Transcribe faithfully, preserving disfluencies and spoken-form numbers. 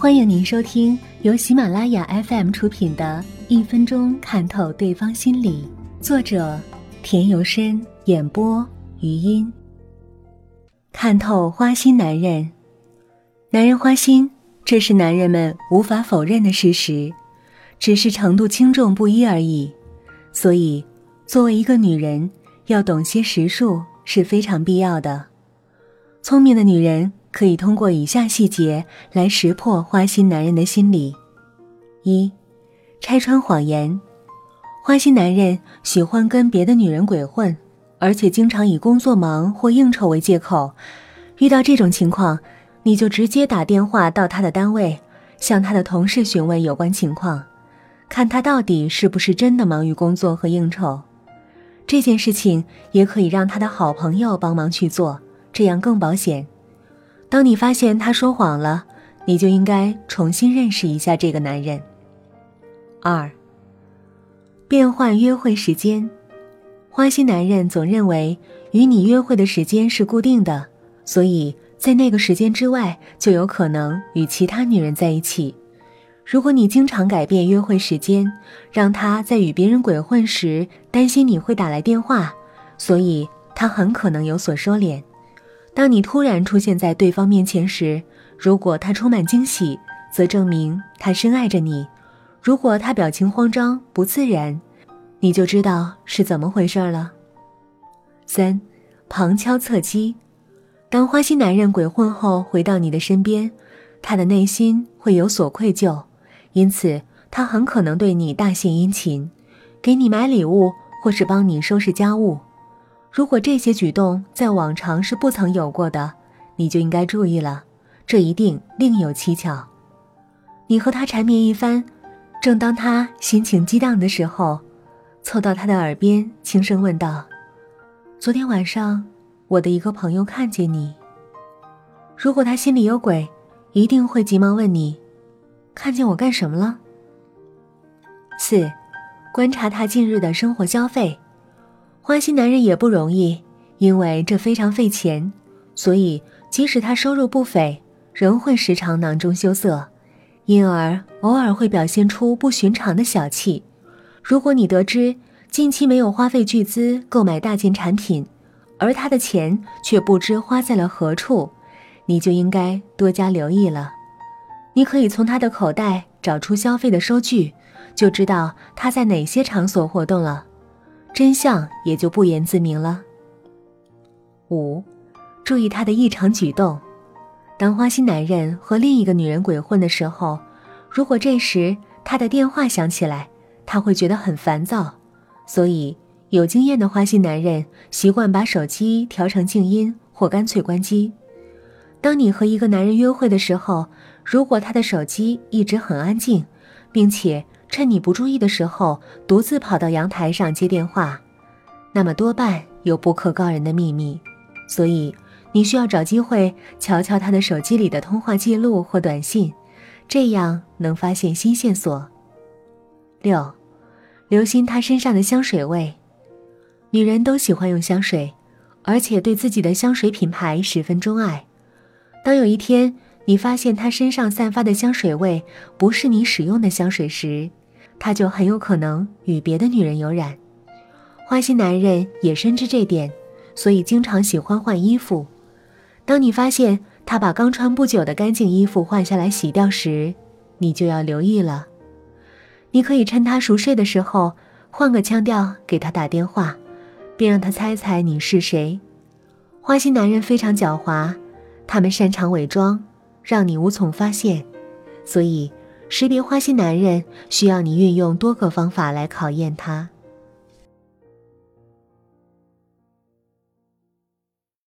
欢迎您收听由喜马拉雅 F M 出品的《一分钟看透对方心理》，作者田由深，演播余音。看透花心男人。男人花心，这是男人们无法否认的事实，只是程度轻重不一而已。所以作为一个女人，要懂些识数是非常必要的。聪明的女人可以通过以下细节来识破花心男人的心理。一、拆穿谎言。花心男人喜欢跟别的女人鬼混，而且经常以工作忙或应酬为借口。遇到这种情况，你就直接打电话到他的单位，向他的同事询问有关情况，看他到底是不是真的忙于工作和应酬。这件事情也可以让他的好朋友帮忙去做，这样更保险。当你发现他说谎了，你就应该重新认识一下这个男人。二、变换约会时间。花心男人总认为与你约会的时间是固定的，所以在那个时间之外就有可能与其他女人在一起。如果你经常改变约会时间，让他在与别人鬼混时担心你会打来电话，所以他很可能有所收敛。当你突然出现在对方面前时，如果他充满惊喜，则证明他深爱着你；如果他表情慌张不自然，你就知道是怎么回事了。三、旁敲侧击。当花心男人鬼混后回到你的身边，他的内心会有所愧疚，因此他很可能对你大献殷勤，给你买礼物或是帮你收拾家务。如果这些举动在往常是不曾有过的，你就应该注意了，这一定另有蹊跷。你和他缠绵一番，正当他心情激荡的时候，凑到他的耳边轻声问道：昨天晚上我的一个朋友看见你。如果他心里有鬼，一定会急忙问你，看见我干什么了？四、观察他近日的生活消费。花心男人也不容易，因为这非常费钱，所以即使他收入不菲，仍会时常囊中羞涩，因而偶尔会表现出不寻常的小气。如果你得知近期没有花费巨资购买大件产品，而他的钱却不知花在了何处，你就应该多加留意了。你可以从他的口袋找出消费的收据，就知道他在哪些场所活动了，真相也就不言自明了。五、注意他的异常举动。当花心男人和另一个女人鬼混的时候，如果这时他的电话响起来，他会觉得很烦躁，所以有经验的花心男人习惯把手机调成静音或干脆关机。当你和一个男人约会的时候，如果他的手机一直很安静，并且趁你不注意的时候独自跑到阳台上接电话，那么多半有不可告人的秘密，所以你需要找机会瞧瞧他的手机里的通话记录或短信，这样能发现新线索。六、留心他身上的香水味。女人都喜欢用香水，而且对自己的香水品牌十分钟爱。当有一天你发现他身上散发的香水味不是你使用的香水时，他就很有可能与别的女人有染。花心男人也深知这点，所以经常喜欢换衣服。当你发现他把刚穿不久的干净衣服换下来洗掉时，你就要留意了。你可以趁他熟睡的时候换个腔调给他打电话，并让他猜猜你是谁。花心男人非常狡猾，他们擅长伪装，让你无从发现，所以识别花心男人需要你运用多个方法来考验他。